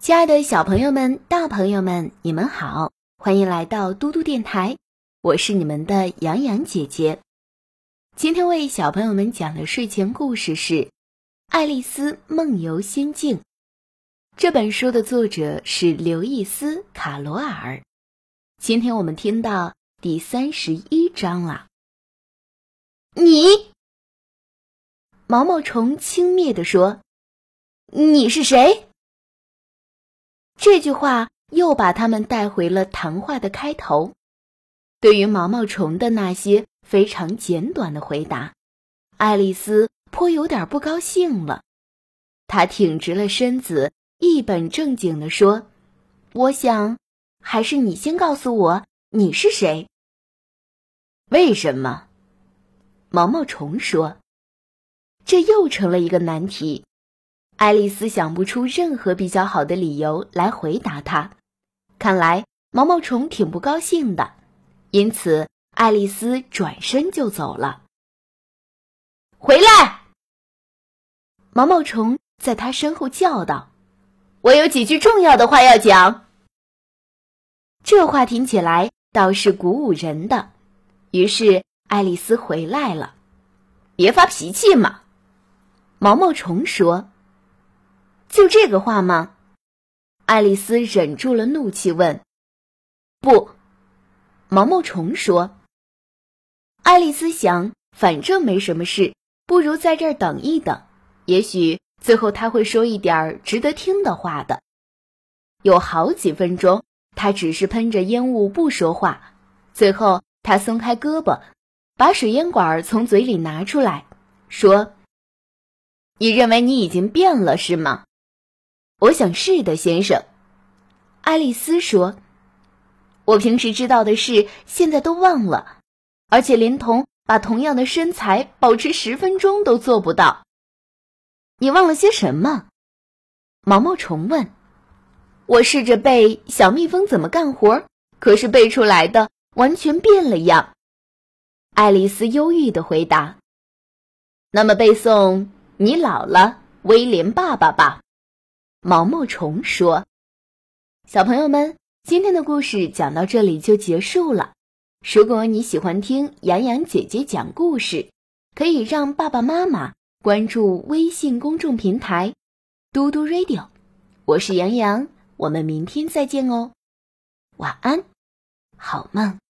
亲爱的小朋友们、大朋友们，你们好，欢迎来到嘟嘟电台，我是你们的洋洋姐姐。今天为小朋友们讲的睡前故事是《爱丽丝梦游仙境》。这本书的作者是刘易斯·卡罗尔。今天我们听到第31章了。你！毛毛虫轻蔑地说，你是谁？这句话又把他们带回了谈话的开头。对于毛毛虫的那些非常简短的回答，爱丽丝颇有点不高兴了。她挺直了身子，一本正经地说，我想还是你先告诉我你是谁。为什么？毛毛虫说。这又成了一个难题。爱丽丝想不出任何比较好的理由来回答他，看来毛毛虫挺不高兴的，因此爱丽丝转身就走了。回来！毛毛虫在他身后叫道，我有几句重要的话要讲。这话听起来倒是鼓舞人的，于是爱丽丝回来了。别发脾气嘛，毛毛虫说。就这个话吗？爱丽丝忍住了怒气问。不，毛毛虫说。爱丽丝想，反正没什么事，不如在这儿等一等，也许最后他会说一点值得听的话的。有好几分钟，他只是喷着烟雾不说话，最后他松开胳膊，把水烟管从嘴里拿出来，说，你认为你已经变了是吗？我想是的，先生。爱丽丝说，我平时知道的事现在都忘了，而且连同把同样的身材保持10分钟都做不到。你忘了些什么？毛毛虫问。我试着背小蜜蜂怎么干活，可是背出来的完全变了样。爱丽丝忧郁地回答。那么背诵你老了，威廉爸爸吧。毛毛虫说。小朋友们，今天的故事讲到这里就结束了。如果你喜欢听洋洋姐姐讲故事，可以让爸爸妈妈关注微信公众平台嘟嘟 Radio。 我是洋洋，我们明天再见哦。晚安，好梦。